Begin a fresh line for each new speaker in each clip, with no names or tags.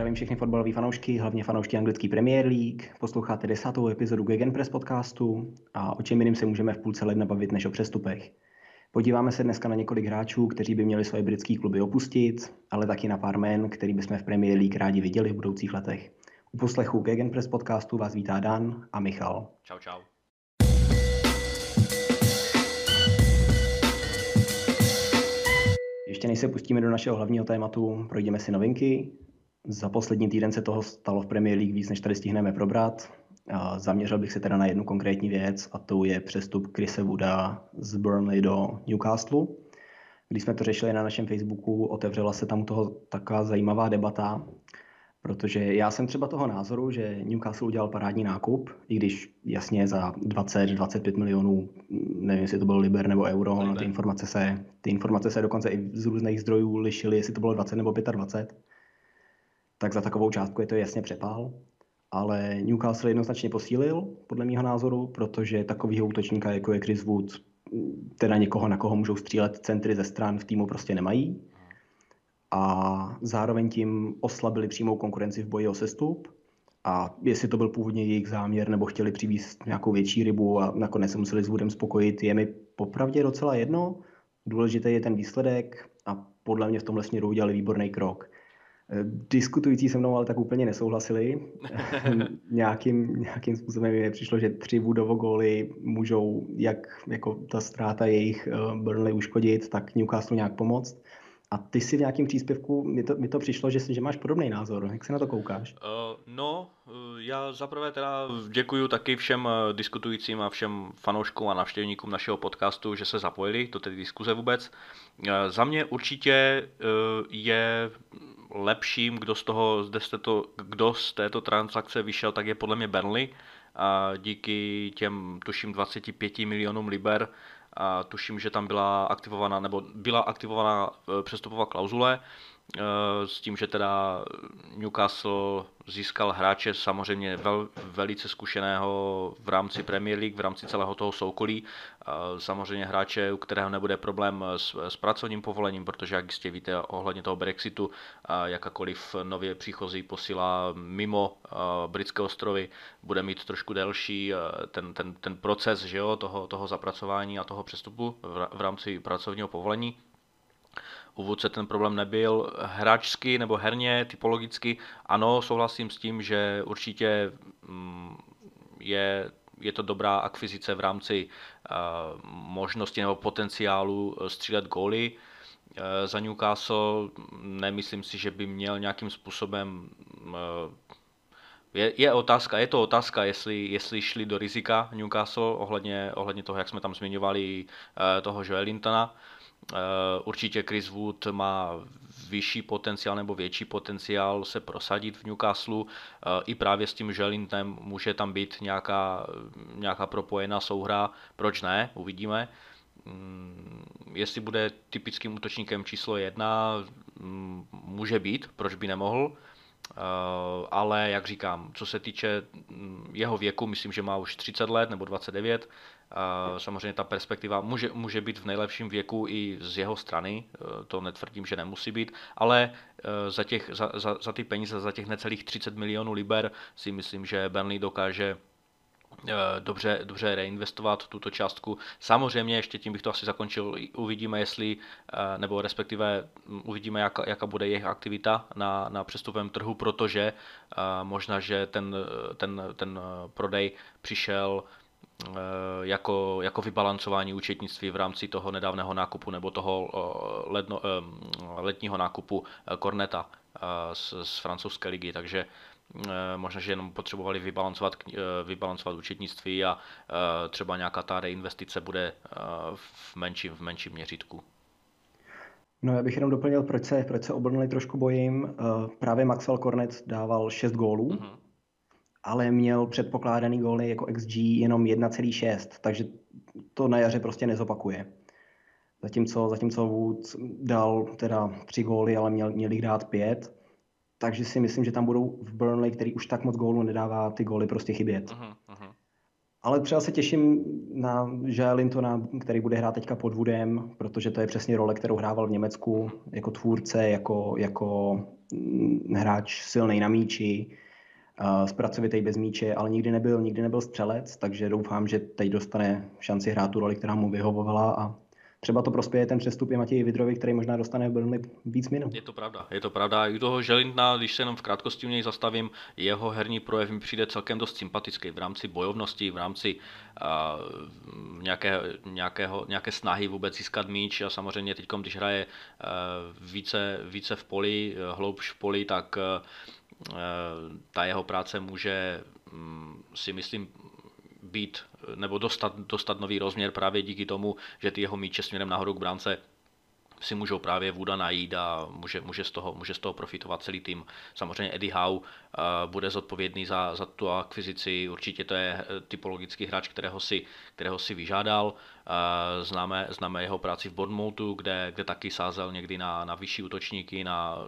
Zdravím všechny fotbalové fanoušky, hlavně fanoušky anglické Premier League. Posloucháte 10. epizodu Gegenpress podcastu a o čem jiným se můžeme v půlce ledna bavit než o přestupech. Podíváme se dneska na několik hráčů, kteří by měli svoje britské kluby opustit, ale taky na pár jmen, který bychom v Premier League rádi viděli v budoucích letech. U poslechu Gegenpress podcastu vás vítá Dan a Michal.
Čau, čau.
Ještě než se pustíme do našeho hlavního tématu, projdeme si novinky. Za poslední týden se toho stalo v Premier League víc, než tady stihneme probrat. Zaměřil bych se teda na jednu konkrétní věc a to je přestup Chrise Wooda z Burnley do Newcastle. Když jsme to řešili na našem Facebooku, otevřela se tam toho taková zajímavá debata, protože já jsem třeba toho názoru, že Newcastle udělal parádní nákup, i když jasně za 20-25 milionů, nevím, jestli to bylo liber nebo euro, no, ty informace se dokonce i z různých zdrojů lišily, jestli to bylo 20 nebo 25, tak za takovou částku je to jasně přepál. Ale Newcastle jednoznačně posílil, podle mého názoru, protože takovýho útočníka, jako je Chris Wood, teda někoho, na koho můžou střílet centry ze stran, v týmu prostě nemají. A zároveň tím oslabili přímou konkurenci v boji o sestup. A jestli to byl původně jejich záměr, nebo chtěli přivízt nějakou větší rybu a nakonec se museli s Woodem spokojit, je mi popravdě docela jedno. Důležitý je ten výsledek a podle mě v tomhle směru udělali výborný krok. Diskutující se mnou ale tak úplně nesouhlasili. nějakým způsobem mi přišlo, že 3 Woodovo góly můžou jak jako ta ztráta jejich Burnley uškodit, tak Newcastle nějak pomoct. A ty si v nějakém příspěvku, mi to přišlo, že máš podobný názor. Jak se na to koukáš?
Já zaprvé teda děkuju taky všem diskutujícím a všem fanouškům a navštěvníkům našeho podcastu, že se zapojili do té diskuze vůbec. Za mě určitě je lepším, kdo z této transakce vyšel, tak je podle mě Burnley. A díky těm tuším 25 milionům liber a tuším, že tam byla aktivovaná přestupová klauzule s tím, že teda Newcastle získal hráče samozřejmě velice zkušeného v rámci Premier League, v rámci celého toho soukolí. Samozřejmě hráče, u kterého nebude problém s pracovním povolením, protože jak jistě víte ohledně toho Brexitu, jakákoliv nově příchozí posila mimo britské ostrovy bude mít trošku delší ten proces, že jo, toho zapracování a toho přestupu v rámci pracovního povolení. U Woodse ten problém nebyl. Hráčsky nebo herně, typologicky, ano, souhlasím s tím, že určitě je to dobrá akvizice v rámci možnosti nebo potenciálu střílet góly. Za Newcastle nemyslím si, že by měl nějakým způsobem... Je to otázka, jestli šli do rizika Newcastle ohledně toho, jak jsme tam zmiňovali toho Joelintona. Určitě Chris Wood má vyšší potenciál nebo větší potenciál se prosadit v Newcastle. I právě s tím Joelintonem může tam být nějaká propojená souhra, proč ne, uvidíme. Jestli bude typickým útočníkem číslo 1, může být, proč by nemohl. Ale jak říkám, co se týče jeho věku, myslím, že má už 30 let nebo 29. Samozřejmě ta perspektiva může být v nejlepším věku i z jeho strany, to netvrdím, že nemusí být, ale za ty peníze, za těch necelých 30 milionů liber si myslím, že Burnley dokáže dobře reinvestovat tuto částku. Samozřejmě, ještě tím bych to asi zakončil, uvidíme, nebo respektive uvidíme, jaká bude jejich aktivita na přestupovém trhu, protože možná, že ten prodej přišel jako vybalancování účetnictví v rámci toho nedávného nákupu nebo toho letního nákupu Corneta z francouzské ligy, takže možná, že jenom potřebovali vybalancovat účetnictví a třeba nějaká ta reinvestice bude v menším měřítku.
No, já bych jenom doplnil, proč se o Burnley trošku bojím. Právě Maxwell Cornet dával 6 gólů, ale měl předpokládaný góly jako XG jenom 1,6, takže to na jaře prostě nezopakuje. Zatímco Wood dal teda 3 góly, ale měl jich dát 5. Takže si myslím, že tam budou v Burnley, který už tak moc gólů nedává, ty góly prostě chybět. Ale třeba se těším na Joelintona, který bude hrát teďka pod Woodem, protože to je přesně role, kterou hrával v Německu jako tvůrce, jako hráč silnej na míči, zpracovitej bez míče, ale nikdy nebyl střelec, takže doufám, že teď dostane šanci hrát tu roli, která mu vyhovovala a třeba to prospěje ten přestup i Matěji Vydrovi, který možná dostane v Burnley víc minut.
Je to pravda. I u toho Želintna, když se jenom v krátkosti u něj zastavím, jeho herní projev mi přijde celkem dost sympatický v rámci bojovnosti, v rámci nějaké snahy vůbec získat míč a samozřejmě teď, když hraje více v poli, hloubš v poli, tak ta jeho práce může, si myslím, být nebo dostat nový rozměr právě díky tomu, že ty jeho míče směrem nahoru k bránce si můžou právě Wooda najít a může z toho profitovat celý tým. Samozřejmě Eddie Howe bude zodpovědný za tu akvizici, určitě to je typologický hráč, kterého si vyžádal. Známe jeho práci v Bournemouthu, kde taky sázel někdy na vyšší útočníky,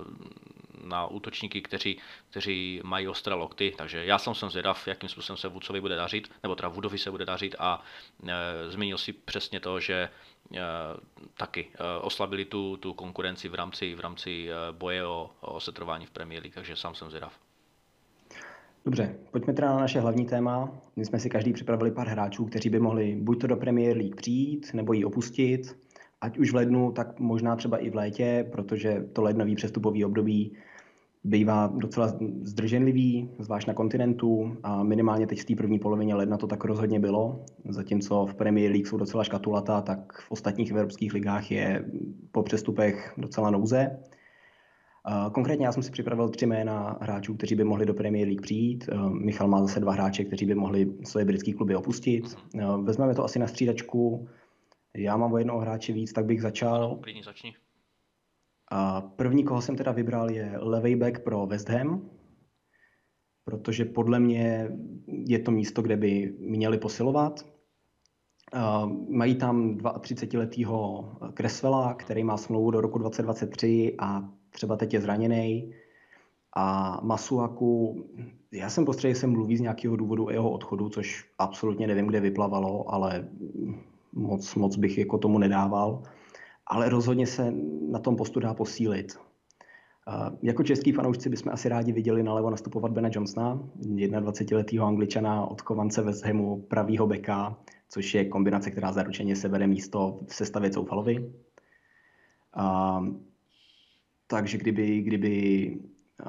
na útočníky, kteří mají ostré lokty, takže já jsem zvědav, jakým způsobem se Woodsovi bude dařit, nebo teda Woodovi se bude dařit a zmínil si přesně to, že taky oslabili tu konkurenci v rámci boje o setrvání v Premier League, takže sám jsem zvědav.
Dobře, pojďme teda na naše hlavní téma. My jsme si každý připravili pár hráčů, kteří by mohli buď to do Premier League přijít, nebo ji opustit, ať už v lednu, tak možná třeba i v létě, protože to lednový přestupový období bývá docela zdrženlivý, zvlášť na kontinentu a minimálně teď v té první polovině ledna to tak rozhodně bylo. Zatímco v Premier League jsou docela škatulata, tak v ostatních evropských ligách je po přestupech docela nouze. Konkrétně já jsem si připravil 3 jména hráčů, kteří by mohli do Premier League přijít. Michal má zase 2 hráče, kteří by mohli své britské kluby opustit. Vezmeme to asi na střídačku. Já mám o jednoho hráče víc, tak bych začal.
Ano, klidně začni.
První, koho jsem teda vybral, je levej back pro West Ham, protože podle mě je to místo, kde by měli posilovat. Mají tam 32letého Cresswella, který má smlouvu do roku 2023 a třeba teď je zraněný. A Masuaku, já jsem postřehl, že se mluví z nějakého důvodu o jeho odchodu, což absolutně nevím, kde vyplavalo, ale moc bych jako tomu nedával. Ale rozhodně se na tom postu dá posílit. Jako český fanoušci bychom asi rádi viděli nalevo nastupovat Bena Johnsona, 21letého Angličana od kovance West Hamu, pravýho beka, což je kombinace, která zaručeně sebere místo v sestavě Coufalovi. Takže kdyby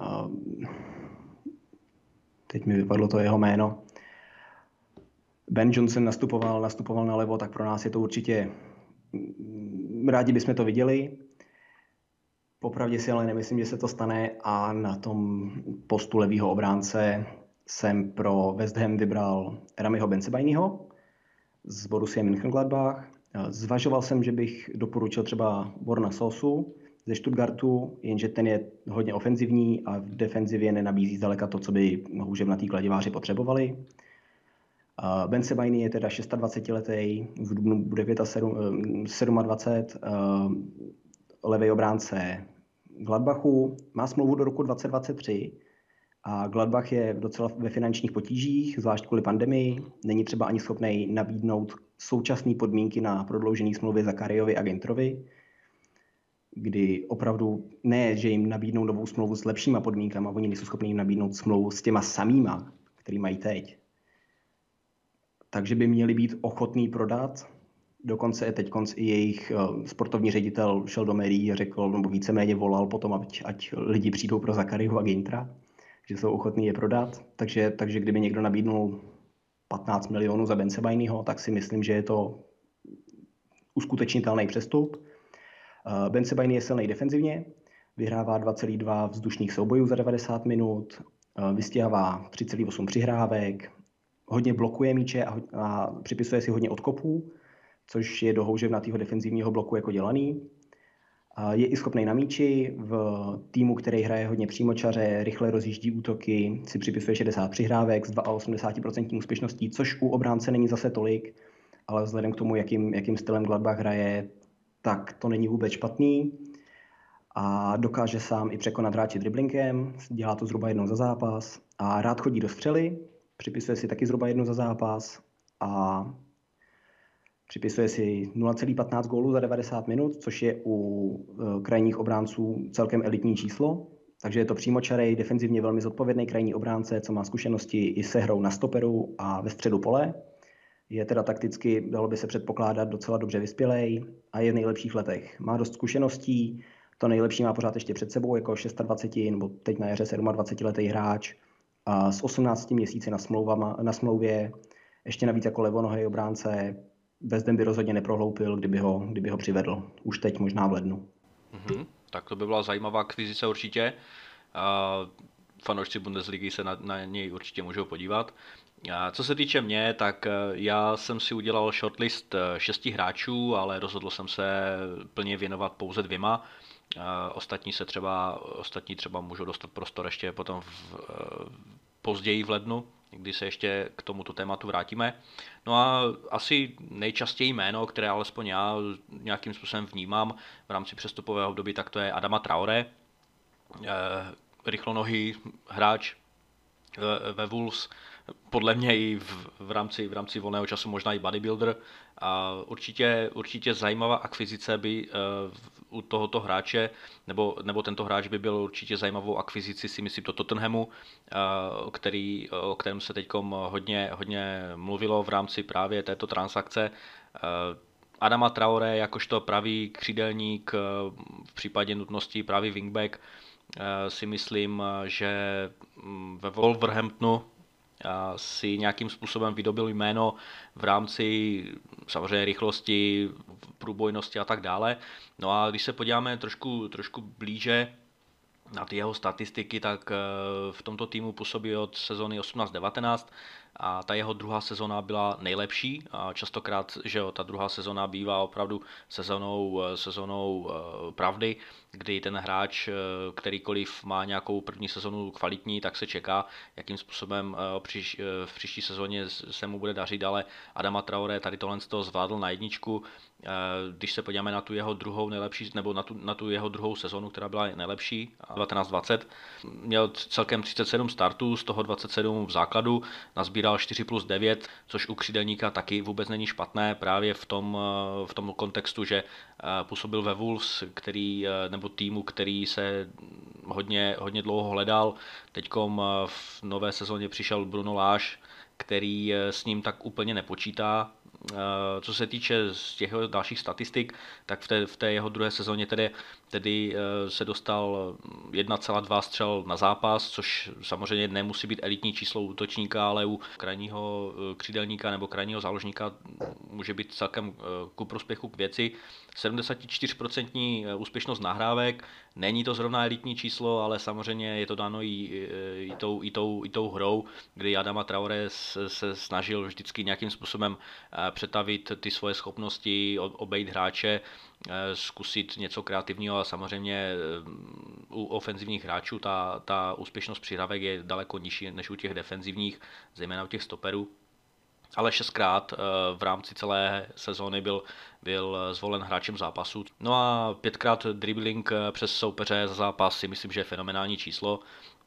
teď mi vypadlo to jeho jméno, Ben Johnson nastupoval nalevo, tak pro nás je to určitě, rádi bychom to viděli. Popravdě si ale nemyslím, že se to stane a na tom postu levýho obránce jsem pro West Ham vybral Ramiho Bensebainiho z Borussia Mönchengladbach. Zvažoval jsem, že bych doporučil třeba Borna Sosu ze Stuttgartu, jenže ten je hodně ofenzivní a v defenzivě nenabízí zdaleka to, co by houževnatý kladiváři potřebovali. Bensebaini je teda 26letý, v dubnu bude 27, levý obránce Gladbachu, má smlouvu do roku 2023 a Gladbach je docela ve finančních potížích, zvlášť kvůli pandemii. Není třeba ani schopný nabídnout současné podmínky na prodloužení smlouvy Zakariovi a Ginterovi, kdy opravdu ne, že jim nabídnou novou smlouvu s lepšíma podmínkama, oni nejsou schopni jim nabídnout smlouvu s těma samýma, který mají teď. Takže by měli být ochotní prodat. Dokonce teď i jejich sportovní ředitel šel do médií a řekl, nebo víceméně volal potom, ať lidi přijdou pro Zakariho a Gintera, že jsou ochotní je prodat. Takže kdyby někdo nabídnul 15 milionů za Bensebainiho, tak si myslím, že je to uskutečnitelný přestup. Bensebaini je silný defenzivně, vyhrává 2,2 vzdušných soubojů za 90 minut, vystěhává 3,8 přihrávek, hodně blokuje míče a připisuje si hodně odkopů, což je do houževnatého defenzivního bloku jako dělaný. Je i schopný na míči, v týmu, který hraje hodně přímočaře, rychle rozjíždí útoky, si připisuje 60 přihrávek s 82% úspěšností, což u obránce není zase tolik, ale vzhledem k tomu, jakým stylem Gladbach hraje, tak to není vůbec špatný. A dokáže sám i překonat hráče driblinkem, dělá to zhruba jednou za zápas a rád chodí do střely, připisuje si taky zhruba jednu za zápas. a připisuje si 0,15 gólů za 90 minut, což je u krajních obránců celkem elitní číslo. Takže je to přímočarej, defenzivně velmi zodpovědný krajní obránce, co má zkušenosti i se hrou na stoperu a ve středu pole. Je teda takticky, dalo by se předpokládat, docela dobře vyspělej a je v nejlepších letech. Má dost zkušeností, to nejlepší má pořád ještě před sebou, jako 26 nebo teď na jaře 27letý hráč a s 18 měsíci na smlouvě, ještě navíc jako levonohý obránce, West Ham by rozhodně neprohloupil, kdyby ho přivedl. Už teď, možná v lednu.
Tak to by byla zajímavá akvizice určitě. Fanoušci Bundesligy se na něj určitě můžou podívat. Co se týče mě, tak já jsem si udělal shortlist 6 hráčů, ale rozhodl jsem se plně věnovat pouze 2. Ostatní třeba můžou dostat prostor ještě potom později v lednu, kdy se ještě k tomuto tématu vrátíme. No a asi nejčastěji jméno, které alespoň já nějakým způsobem vnímám v rámci přestupového období, tak to je Adama Traoré, rychlonohý hráč ve Wolves, podle mě i v rámci volného času možná i bodybuilder. A určitě zajímavá akvizice by u tohoto hráče, nebo tento hráč by byl určitě zajímavou akvizici, si myslím, do Tottenhamu, o kterém se teď hodně mluvilo v rámci právě této transakce. Adama Traoré jakožto pravý křídelník, v případě nutnosti pravý wingback, si myslím, že ve Wolverhamptonu si nějakým způsobem vydobil jméno v rámci samozřejmě rychlosti, průbojnosti a tak dále. No a když se podíváme trošku blíže na ty jeho statistiky, tak v tomto týmu působí od sezóny 18-19 a ta jeho druhá sezóna byla nejlepší. A častokrát, že ta druhá sezóna bývá opravdu sezónou pravdy, kdy ten hráč, kterýkoliv má nějakou první sezonu kvalitní, tak se čeká, jakým způsobem v příští sezóně se mu bude dařit, ale Adama Traoré tady tohle z toho zvládl na jedničku. Když se podíváme na tu jeho druhou nejlepší, nebo na tu jeho druhou sezonu, která byla nejlepší, 19-20, měl celkem 37 startů, z toho 27 v základu, nazbíral 4+9, což u křídelníka taky vůbec není špatné, právě v tom kontextu, že působil ve Wolves, nebo týmu, který se hodně dlouho hledal. Teďkom v nové sezóně přišel Bruno Lage, který s ním tak úplně nepočítá. Co se týče z těch dalších statistik, tak v té jeho druhé sezóně tedy se dostal 1,2 střel na zápas, což samozřejmě nemusí být elitní číslo útočníka, ale u krajního křídelníka nebo krajního záložníka může být celkem ku prospěchu k věci. 74% úspěšnost nahrávek, není to zrovna elitní číslo, ale samozřejmě je to dáno i tou hrou, kdy Adama Traoré se snažil vždycky nějakým způsobem přetavit ty svoje schopnosti, obejít hráče, zkusit něco kreativního a samozřejmě u ofenzivních hráčů ta úspěšnost přihrávek je daleko nižší než u těch defenzivních, zejména u těch stoperů. Ale 6krát v rámci celé sezóny byl zvolen hráčem zápasu. No a 5krát dribbling přes soupeře za zápas si myslím, že je fenomenální číslo.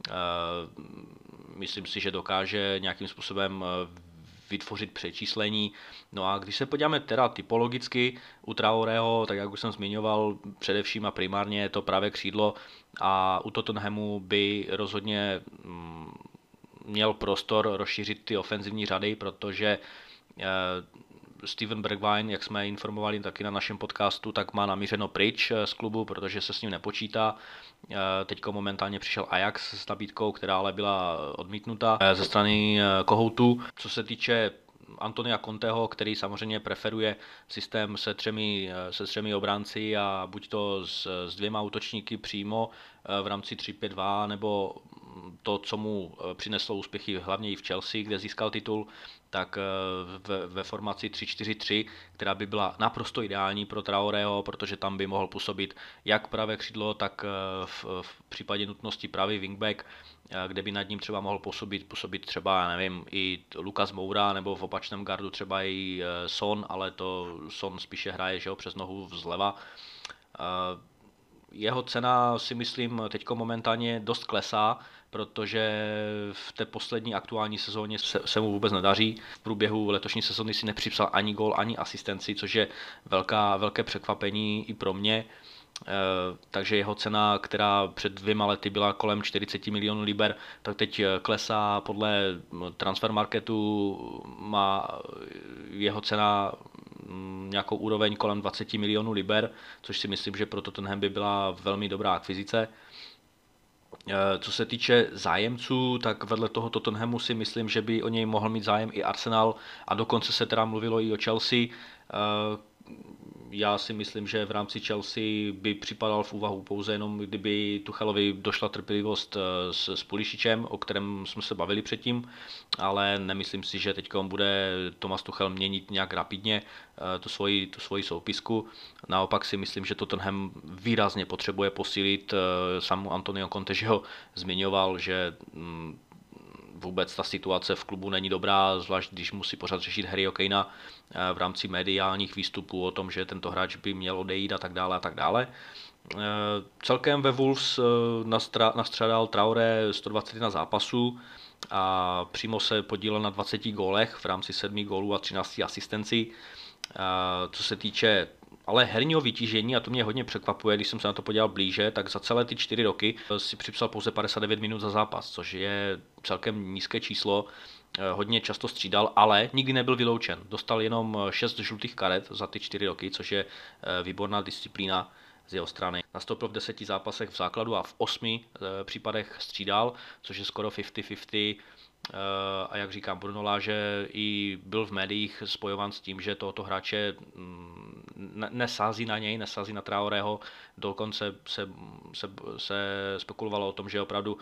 Myslím si, že dokáže nějakým způsobem vytvořit přečíslení. No a když se podíváme teda typologicky u Traorého, tak jak už jsem zmiňoval, především a primárně je to právě křídlo a u Tottenhamu by rozhodně měl prostor rozšířit ty ofenzivní řady, protože Steven Bergwijn, jak jsme informovali taky na našem podcastu, tak má namířeno pryč z klubu, protože se s ním nepočítá. Teďko momentálně přišel Ajax s nabídkou, která ale byla odmítnuta ze strany Kohoutu. Co se týče Antonia Conteho, který samozřejmě preferuje systém se třemi obránci a buď to s 2 útočníky přímo v rámci 3-5-2, nebo to, co mu přineslo úspěchy hlavně i v Chelsea, kde získal titul, tak ve formaci 3-4-3, která by byla naprosto ideální pro Traorého, protože tam by mohl působit jak pravé křídlo, tak v případě nutnosti pravý wingback, kde by nad ním třeba mohl působit třeba, já nevím, i Lucas Moura, nebo v opačném gardu třeba i Son, ale to Son spíše hraje, že jo, přes nohu zleva. jeho cena si myslím teďko momentálně dost klesá, protože v té poslední aktuální sezóně se mu vůbec nedaří. V průběhu letošní sezóny si nepřipsal ani gól, ani asistenci, což je velké překvapení i pro mě. Takže jeho cena, která před 2 lety byla kolem 40 milionů liber, tak teď klesá. Podle Transfermarketu má jeho cena nějakou úroveň kolem 20 milionů liber, což si myslím, že pro Tottenham by byla velmi dobrá akvizice. Co se týče zájemců, tak vedle toho Tottenhamu si myslím, že by o něj mohl mít zájem i Arsenal a dokonce se teda mluvilo i o Chelsea. Já si myslím, že v rámci Chelsea by připadal v úvahu pouze jenom, kdyby Tuchelovi došla trpělivost s Pulisičem, o kterém jsme se bavili předtím, ale nemyslím si, že teď bude Thomas Tuchel měnit nějak rapidně tu svoji soupisku. Naopak si myslím, že Tottenham výrazně potřebuje posílit. Sám Antonio Conte ho zmiňoval, že vůbec ta situace v klubu není dobrá, zvlášť když musí pořád řešit Harryho Kanea v rámci mediálních výstupů o tom, že tento hráč by měl odejít a tak dále a tak dále. Celkem ve Wolves nastřádal Traoré 121 zápasů a přímo se podílel na 20 gólech v rámci 7 gólů a 13 asistencí. Co se týče ale herního vytížení, a to mě hodně překvapuje, když jsem se na to podíval blíže, tak za celé ty 4 roky si připsal pouze 59 minut za zápas, což je celkem nízké číslo. Hodně často střídal, ale nikdy nebyl vyloučen. Dostal jenom 6 žlutých karet za ty 4 roky, což je výborná disciplína z jeho strany. Nastoupil v 10 zápasech v základu a v 8 případech střídal, což je skoro 50-50. A jak říkám, Bruno Lage i byl v médiích spojován s tím, že tohoto hráče nesází na něj, nesází na Traorého. Dokonce se spekulovalo o tom, že opravdu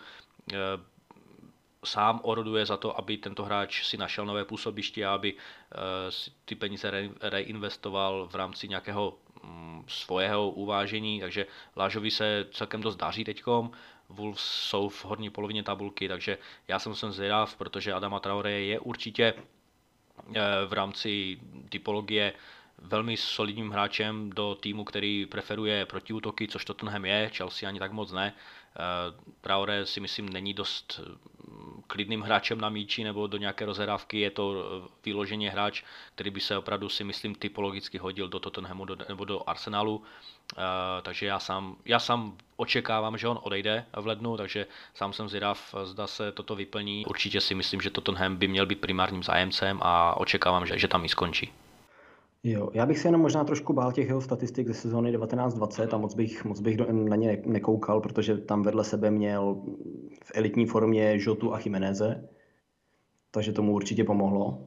sám oroduje za to, aby tento hráč si našel nové působiště a aby si ty peníze reinvestoval v rámci nějakého svého uvážení, takže Lážovi se celkem dost daří teďkom. Wolves jsou v horní polovině tabulky, takže já jsem zvědav, protože Adama Traoré je určitě v rámci typologie velmi solidním hráčem do týmu, který preferuje protiútoky, což Tottenham je, Chelsea ani tak moc ne. Traoré si myslím není dost klidným hráčem na míči nebo do nějaké rozhrávky, je to vyloženě hráč, který by se opravdu si myslím typologicky hodil do Tottenhamu nebo do Arsenalu. Takže já sám očekávám, že on odejde v lednu, takže sám jsem zvědav, zda se toto vyplní. Určitě si myslím, že Tottenham by měl být primárním zájemcem a očekávám, že tam i skončí.
Jo, já bych se jenom možná trošku bál těch jeho statistik ze sezóny 19-20 a moc bych na ně nekoukal, protože tam vedle sebe měl v elitní formě Jotu a Jiméneze, takže tomu určitě pomohlo.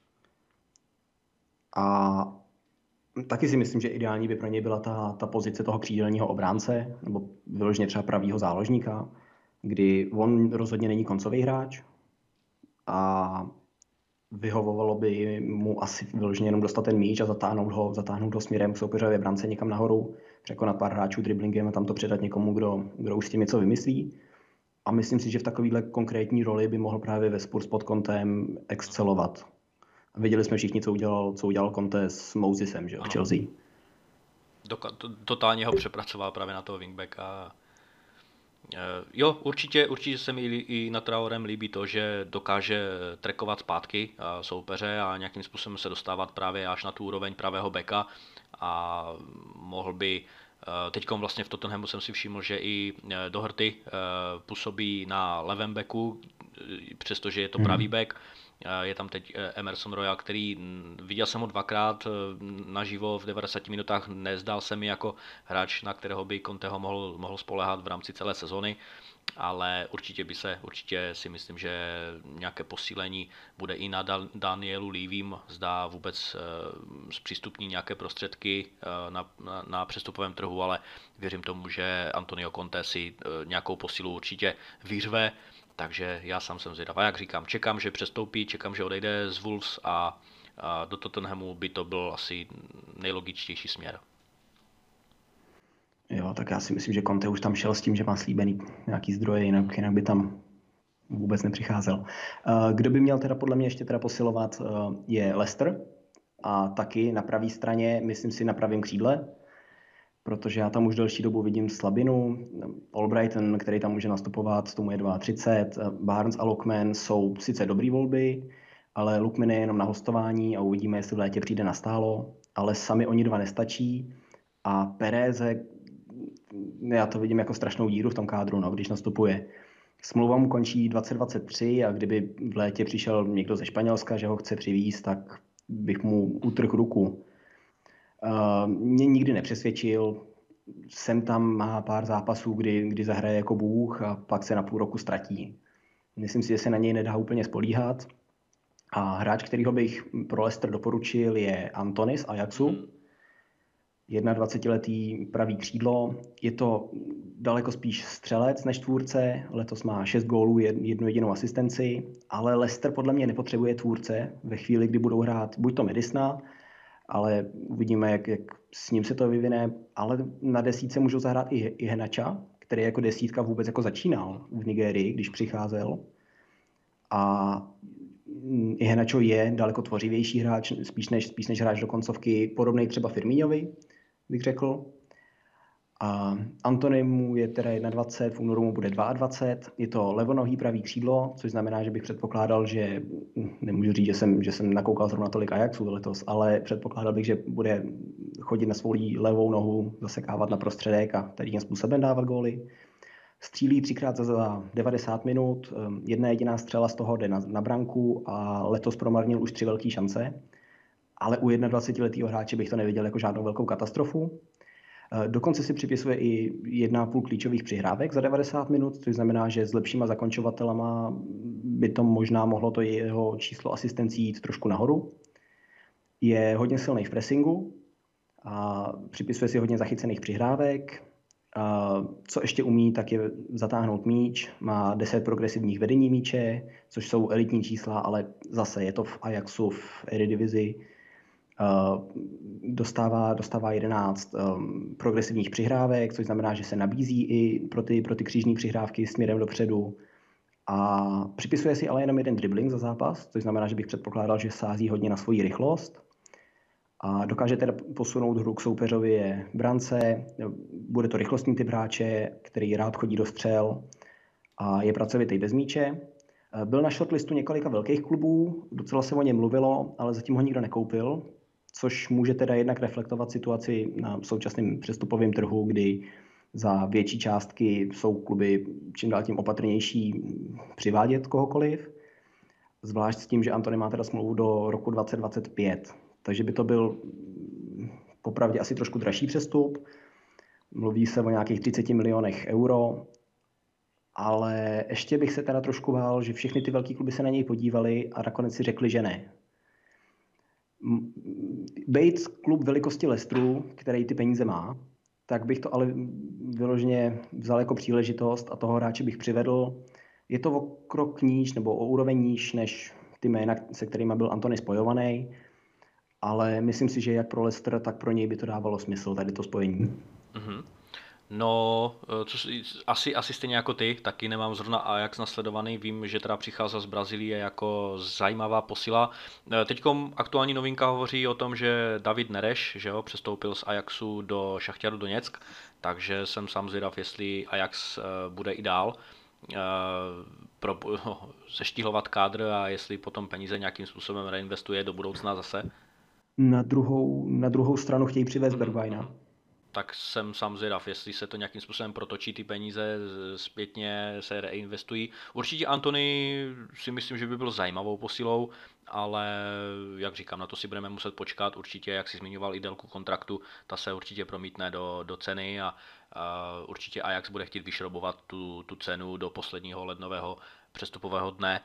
A taky si myslím, že ideální by pro něj byla ta pozice toho křídelního obránce, nebo vyloženě třeba pravýho záložníka, kdy on rozhodně není koncový hráč a vyhovovalo by mu asi vyloženě jenom dostat ten míč a zatáhnout ho směrem k soupeřové brance někam nahoru, překonat pár hráčů driblingem a tam to předat někomu, kdo už s tím něco vymyslí. A myslím si, že v takovéhle konkrétní roli by mohl právě ve Spurs pod Contem excelovat. A viděli jsme všichni, co udělal Conte s Mosesem, že, v Chelsea.
Totálně ho přepracoval právě na toho wingbacka. Jo, určitě se mi i na Traorem líbí to, že dokáže trackovat zpátky soupeře a nějakým způsobem se dostávat právě až na tu úroveň pravého beka a mohl by teďkom vlastně v Tottenhamu jsem si všiml, že i Doherty působí na levém beku, přestože je to pravý back. Je tam teď Emerson Royal, který viděl jsem ho 2krát naživo v 90 minutách, nezdál se mi jako hráč, na kterého by Conteho mohl spoléhat v rámci celé sezony, ale určitě si myslím, že nějaké posílení bude i na Danielu Levym, zda vůbec zpřístupní nějaké prostředky na přestupovém trhu, ale věřím tomu, že Antonio Conte si nějakou posilu určitě vyřve. Takže já sám jsem zvědav. A jak říkám, čekám, že přestoupí, čekám, že odejde z Wolves a do Tottenhamu by to byl asi nejlogičtější směr.
Jo, tak já si myslím, že Conte už tam šel s tím, že má slíbený nějaký zdroje, jinak by tam vůbec nepřicházel. Kdo by měl teda podle mě ještě teda posilovat, je Leicester a taky na pravé straně, myslím si na pravém křídle. protože já tam už delší dobu vidím slabinu. Albrighton, který tam může nastupovat, tomu je 32, Barnes a Lookman jsou sice dobrý volby, ale Lookman je jenom na hostování a uvidíme, jestli v létě přijde nastálo, ale sami oni dva nestačí a Pereze, já to vidím jako strašnou díru v tom kádru, no, když nastupuje. Smlouva mu končí 2023 a kdyby v létě přišel někdo ze Španělska, že ho chce přivízt, tak bych mu utrhl ruku. Mě nikdy nepřesvědčil, sem tam má pár zápasů, kdy zahraje jako bůh a pak se na půl roku ztratí. Myslím si, že se na něj nedá úplně spolíhat. A hráč, kterýho bych pro Leicester doporučil, je Antony z Ajaxu. 21letý pravý křídlo. Je to daleko spíš střelec než tvůrce. Letos má 6 gólů, jednu jedinou asistenci, ale Leicester podle mě nepotřebuje tvůrce ve chvíli, kdy budou hrát buď to Madisona, ale uvidíme, jak s ním se to vyvine, ale na desítce můžou zahrát i Henacha, který jako desítka vůbec jako začínal v Nigérii, když přicházel. A i Henacho je daleko tvořivější hráč, spíš než hráč do koncovky, podobnej třeba Firmíňovi, bych řekl. A Antony mu je teda 21, v únoru mu bude 22, je to levonohý pravý křídlo, což znamená, že bych předpokládal, že nemůžu říct, že jsem nakoukal zrovna tolik Ajaxu letos, ale předpokládal bych, že bude chodit na svou levou nohu, zasekávat na prostředek a tady tím způsobem dávat góly. Střílí 3x za 90 minut, jedna jediná střela z toho jde na branku a letos promarnil už 3 velké šance, ale u 21letého hráče bych to neviděl jako žádnou velkou katastrofu. Dokonce si připisuje i 1,5 klíčových přihrávek za 90 minut, což znamená, že s lepšíma zakončovatelama by to možná mohlo to jeho číslo asistencí jít trošku nahoru. Je hodně silný v pressingu a připisuje si hodně zachycených přihrávek. Co ještě umí, tak je zatáhnout míč, má 10 progresivních vedení míče, což jsou elitní čísla, ale zase je to v Ajaxu, v Eredivizi. Dostává 11 progresivních přihrávek, což znamená, že se nabízí i pro ty křížní přihrávky směrem dopředu. A připisuje si ale jenom jeden dribbling za zápas, což znamená, že bych předpokládal, že sází hodně na svoji rychlost. A dokáže teda posunout hru k soupeřově brance, bude to rychlostní typ hráče, který rád chodí do střel a je pracovitý bez míče. Byl na shortlistu několika velkých klubů, docela se o něm mluvilo, ale zatím ho nikdo nekoupil, což může teda jednak reflektovat situaci na současném přestupovém trhu, kdy za větší částky jsou kluby čím dál tím opatrnější přivádět kohokoliv. Zvlášť s tím, že Antony má teda smlouvu do roku 2025. Takže by to byl popravdě asi trošku dražší přestup. Mluví se o nějakých 30 milionech euro, ale ještě bych se teda trošku bál, že všechny ty velký kluby se na něj podívali a nakonec si řekli, že ne. Bejt klub velikosti Leicesteru, který ty peníze má, tak bych to ale vyloženě vzal jako příležitost a toho hráče bych přivedl. Je to o krok níž nebo o úroveň níž než ty jména, se kterými byl Antony spojovaný, ale myslím si, že jak pro Leicester, tak pro něj by to dávalo smysl, tady to spojení.
Mm-hmm. No, asi stejně jako ty, taky nemám zrovna Ajax nasledovaný, vím, že teda přicházel z Brazílie jako zajímavá posila. Teďkom aktuální novinka hovoří o tom, že David Nereš, že jo, přestoupil z Ajaxu do Šachtaru Doněck, takže jsem sám zvědav, jestli Ajax bude i dál zeštíhlovat kádr a jestli potom peníze nějakým způsobem reinvestuje do budoucna zase.
Na druhou stranu chtějí přivést Bergwijna.
Tak jsem sám zvědav, jestli se to nějakým způsobem protočí, ty peníze zpětně se reinvestují. Určitě Antony si myslím, že by byl zajímavou posilou, ale jak říkám, na to si budeme muset počkat. Určitě, jak si zmiňoval i délku kontraktu, ta se určitě promítne do ceny a určitě Ajax bude chtít vyšrobovat tu cenu do posledního lednového přestupového dne.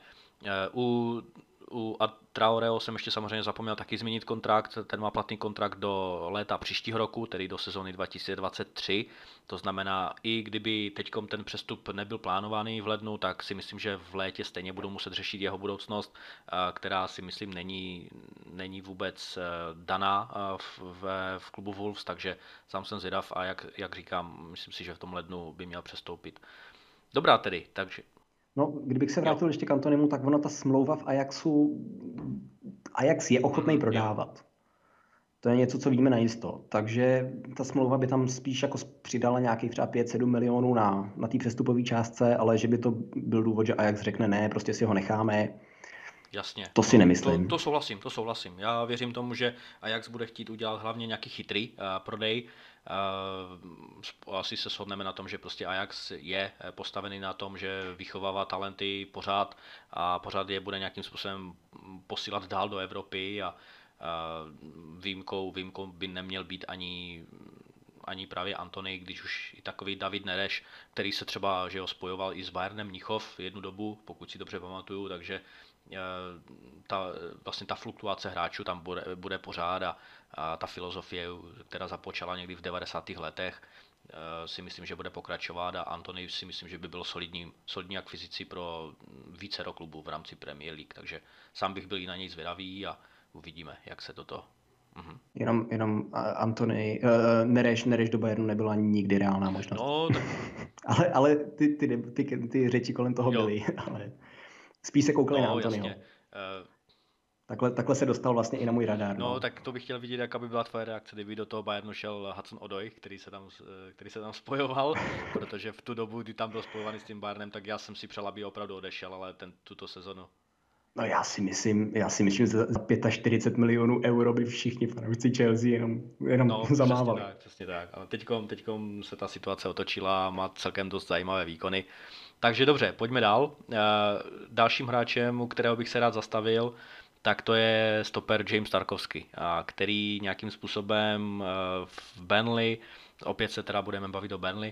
U Traoreho jsem ještě samozřejmě zapomněl taky změnit kontrakt, ten má platný kontrakt do léta příštího roku, tedy do sezóny 2023, to znamená, i kdyby teďkom ten přestup nebyl plánovaný v lednu, tak si myslím, že v létě stejně budou muset řešit jeho budoucnost, která si myslím není vůbec daná v klubu Wolves, takže sám jsem zvědav a jak říkám, myslím si, že v tom lednu by měl přestoupit. Dobrá tedy, takže...
No, kdybych se vrátil ještě k Antonymu, tak ona ta smlouva v Ajaxu, Ajax je ochotný prodávat. To je něco, co víme najisto. Takže ta smlouva by tam spíš jako přidala nějakých třeba 5-7 milionů na té přestupové částce, ale že by to byl důvod, že Ajax řekne ne, prostě si ho necháme.
Jasně.
To si nemyslím.
To souhlasím. Já věřím tomu, že Ajax bude chtít udělat hlavně nějaký chytrý prodej. Asi se shodneme na tom, že prostě Ajax je postavený na tom, že vychovává talenty pořád a pořád je bude nějakým způsobem posílat dál do Evropy a výjimkou by neměl být ani právě Antony, když už i takový David Nereš, který se třeba že ho spojoval i s Bayernem Mnichov jednu dobu, pokud si dobře pamatuju, takže vlastně ta fluktuace hráčů tam bude pořád a ta filozofie, která započala někdy v 90. letech, si myslím, že bude pokračovat a Antony si myslím, že by byl solidní akvizici pro vícero klubů v rámci Premier League, takže sám bych byl i na něj zvědavý a uvidíme, jak se toto.
Jenom Antony, Nereš do Bayernu nebyla nikdy reálná možnost.
No, tak...
ale ty řeči kolem toho byly, ale spíš se koukali na Antonyho. Takhle se dostal vlastně i na můj radar.
No, tak to bych chtěl vidět, jaká by byla tvoje reakce, kdyby do toho Bayernu šel Hudson Odoi, který se tam spojoval, protože v tu dobu, kdy tam byl spojovaný s tím Bayernem, tak já jsem si přál, aby opravdu odešel, ale tuto sezonu.
No já si myslím, že za 45 milionů euro by všichni fanoušci Chelsea jenom zamávali.
Přesně tak. Ale teďkom se ta situace otočila a má celkem dost zajímavé výkony. Takže dobře, pojďme dál. Dalším hráčem, u kterého bych se rád zastavil, tak to je stoper James Tarkowski, který nějakým způsobem v Burnley, opět se teda budeme bavit o Burnley,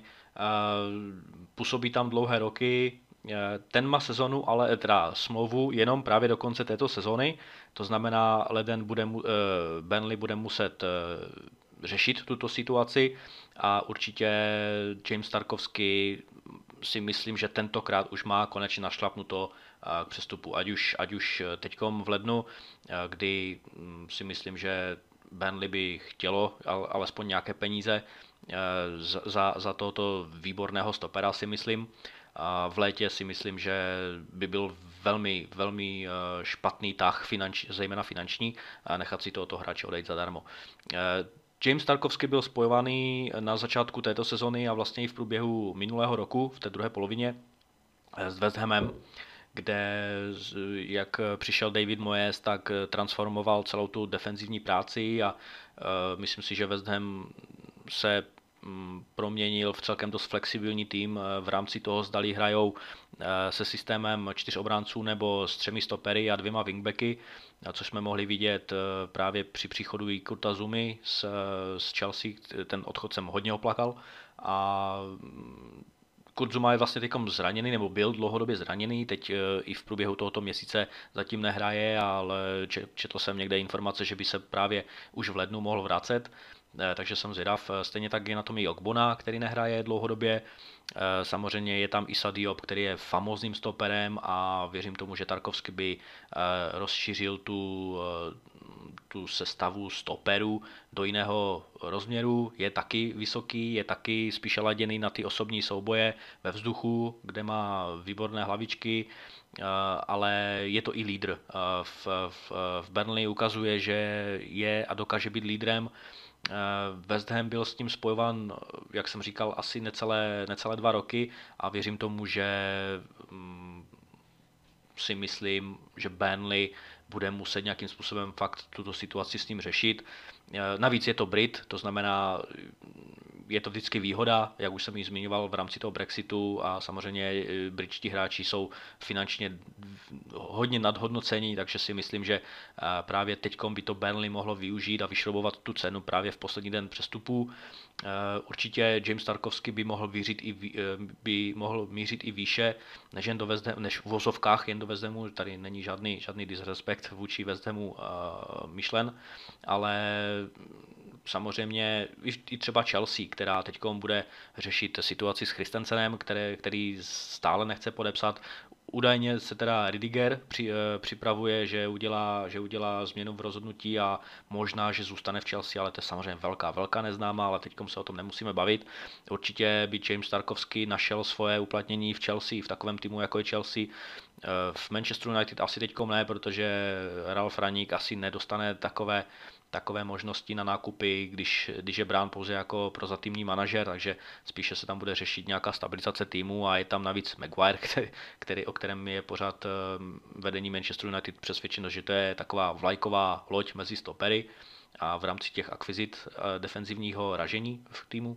působí tam dlouhé roky. Ten má sezonu, ale teda smlouvu jenom právě do konce této sezony, to znamená, Burnley bude muset řešit tuto situaci a určitě James Tarkowski si myslím, že tentokrát už má konečně našlapnuto k přestupu, ať už teďkom v lednu, kdy si myslím, že Burnley by chtělo alespoň nějaké peníze za tohoto výborného stopera, si myslím. A v létě si myslím, že by byl velmi, velmi špatný tah, zejména finanční, a nechat si tohoto hráče odejít zadarmo. James Tarkowski byl spojovaný na začátku této sezony a vlastně i v průběhu minulého roku, v té druhé polovině, s West Hamem, kde jak přišel David Moyes, tak transformoval celou tu defenzivní práci a myslím si, že West Ham se proměnil v celkem dost flexibilní tým v rámci toho, zdali hrajou se systémem 4 obránců nebo s 3 stopery a 2 wingbacky, což jsme mohli vidět právě při příchodu i Kurta Zumy z Chelsea. Ten odchod jsem hodně oplakal a Kurt Zouma je vlastně teďkom zraněný, nebo byl dlouhodobě zraněný, teď i v průběhu tohoto měsíce zatím nehraje, ale četl jsem někde informace, že by se právě už v lednu mohl vracet. Takže jsem zvědav. Stejně tak je na tom i Ogbona, který nehraje dlouhodobě. Samozřejmě je tam Issa Diop, který je famózním stoperem a věřím tomu, že Tarkowski by rozšířil tu sestavu stoperů do jiného rozměru. Je taky vysoký, je taky spíše laděný na ty osobní souboje ve vzduchu, kde má výborné hlavičky, ale je to i lídr. V Burnley ukazuje, že je a dokáže být lídrem. West Ham byl s tím spojovan, jak jsem říkal, asi necelé 2 roky a věřím tomu, že si myslím, že Burnley bude muset nějakým způsobem fakt tuto situaci s ním řešit. Navíc je to Brit, to znamená, je to vždycky výhoda, jak už jsem ji zmiňoval v rámci toho Brexitu a samozřejmě britští hráči jsou finančně hodně nadhodnocení, takže si myslím, že právě teďkom by to Burnley mohlo využít a vyšrobovat tu cenu právě v poslední den přestupů. Určitě James Tarkowski by mohl mířit i výše, než v vozovkách jen do West Hamu, tady není žádný disrespekt vůči West Hamu myšlen, ale samozřejmě i třeba Chelsea, která teď bude řešit situaci s Christensenem, který stále nechce podepsat. Údajně se teda Ridiger připravuje, že udělá změnu v rozhodnutí a možná, že zůstane v Chelsea, ale to je samozřejmě velká neznámá, ale teď se o tom nemusíme bavit. Určitě by James Tarkowski našel svoje uplatnění v Chelsea, v takovém týmu, jako je Chelsea. V Manchester United asi teďkom ne, protože Ralf Rangnick asi nedostane takové možnosti na nákupy, když je brán pouze jako prozatímní manažer, takže spíše se tam bude řešit nějaká stabilizace týmu a je tam navíc Maguire, o kterém je pořád vedení Manchester United přesvědčeno, že to je taková vlajková loď mezi stopery a v rámci těch akvizit defenzivního ražení v týmu.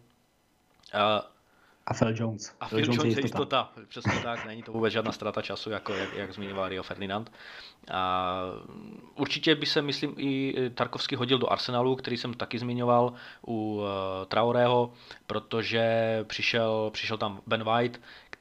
A Phil Jones.
A Phil Jones je jistota. Přesně tak, není to vůbec žádná ztráta času, jako jak zmiňoval Rio Ferdinand. A určitě by se, myslím, i Tarkovský hodil do Arsenalu, který jsem taky zmiňoval u Traorého, protože přišel tam Ben White,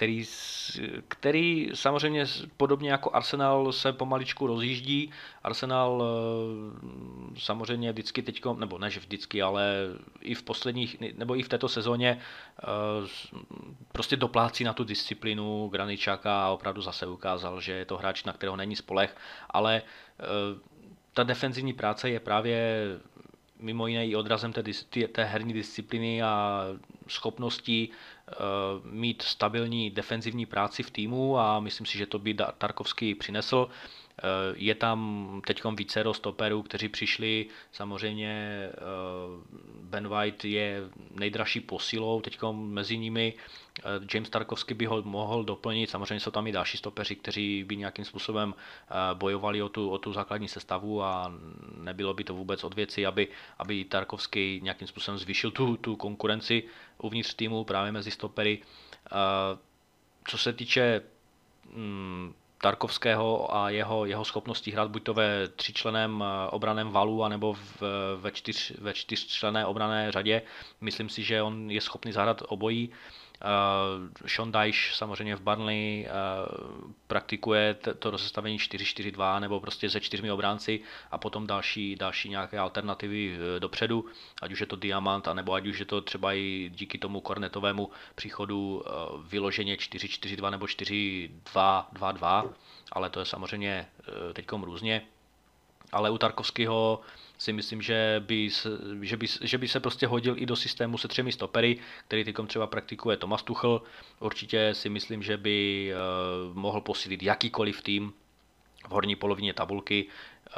který samozřejmě podobně jako Arsenal se pomaličku rozjíždí. Arsenal samozřejmě vždycky teďko, nebo ne že vždycky, ale i v posledních, nebo i v této sezóně prostě doplácí na tu disciplínu Graničáka a opravdu zase ukázal, že je to hráč, na kterého není spoleh, ale ta defenzivní práce je právě mimo jiné i odrazem té herní disciplíny a schopností mít stabilní defenzivní práci v týmu a myslím si, že to by Tarkovský přinesl. Je tam teď vícero stoperů, kteří přišli, samozřejmě Ben White je nejdražší posilou teď mezi nimi, James Tarkovský by ho mohl doplnit, samozřejmě jsou tam i další stopeři, kteří by nějakým způsobem bojovali o tu základní sestavu a nebylo by to vůbec od věci, aby Tarkovský nějakým způsobem zvýšil tu konkurenci uvnitř týmu právě mezi stopery. Co se týče Tarkovského a jeho schopností hrát buď to ve tříčlenném obranném valu, anebo ve čtyřčlenné obranné řadě. Myslím si, že on je schopný zahrát obojí. Sean Dyche samozřejmě v Burnley praktikuje to rozestavení 4-4-2 nebo prostě se 4 obránci a potom další nějaké alternativy dopředu, ať už je to Diamant, anebo ať už je to třeba i díky tomu kornetovému příchodu vyloženě 4-4-2 nebo 4-2-2-2, ale to je samozřejmě teďkom různě. Ale u Tarkovského si myslím, že by se prostě hodil i do systému se 3 stopery, který teďkom třeba praktikuje Thomas Tuchel. Určitě si myslím, že by mohl posílit jakýkoliv tým v horní polovině tabulky.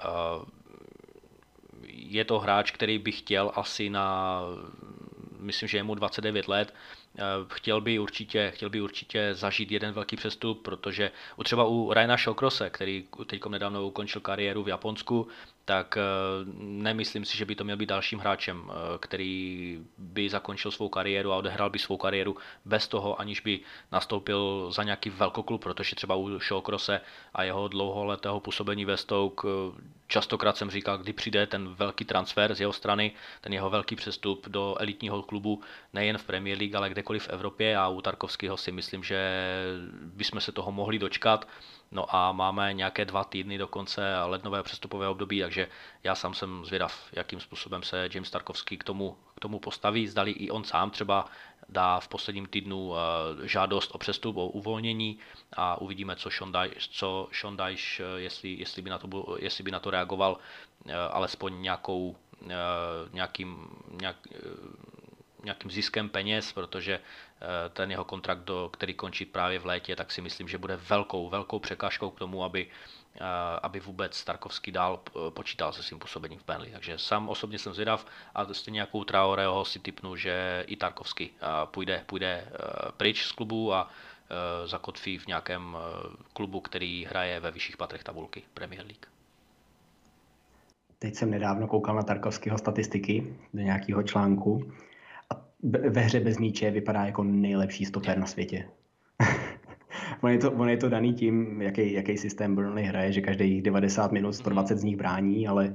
Je to hráč, který by chtěl asi myslím, že je mu 29 let, chtěl by určitě zažít jeden velký přestup, protože třeba u Ryana Shawcrosse, který teď nedávno ukončil kariéru v Japonsku, tak nemyslím si, že by to měl být dalším hráčem, který by zakončil svou kariéru a odehrál by svou kariéru bez toho, aniž by nastoupil za nějaký velkoklub, protože třeba u Shawcrosse a jeho dlouholetého působení ve Stoke častokrát jsem říkal, kdy přijde ten velký transfer z jeho strany, ten jeho velký přestup do elitního klubu, nejen v Premier League, ale kdekoliv v Evropě, a u Tarkovského si myslím, že bychom se toho mohli dočkat. No a máme nějaké 2 týdny do konce lednového přestupového období, takže já sám jsem zvědav, jakým způsobem se James Tarkovský k tomu postaví. Zdali i on sám třeba dá v posledním týdnu žádost o přestup, o uvolnění a uvidíme, co Sean Dyche, jestli by na to reagoval alespoň nějakým ziskem peněz, protože ten jeho kontrakt, který končí právě v létě, tak si myslím, že bude velkou překážkou k tomu, aby vůbec Tarkovský dál počítal se svým působením v Burnley. Takže sám osobně jsem zvědav a stejně jako u Traoreho si tipnu, že i Tarkovský půjde pryč z klubu a zakotví v nějakém klubu, který hraje ve vyšších patrech tabulky Premier League.
Teď jsem nedávno koukal na Tarkovského statistiky do nějakého článku a ve hře bez míče vypadá jako nejlepší stoper na světě. On je to daný tím, jaký systém Burnley hraje, že každých 90 minut 120 z nich brání, ale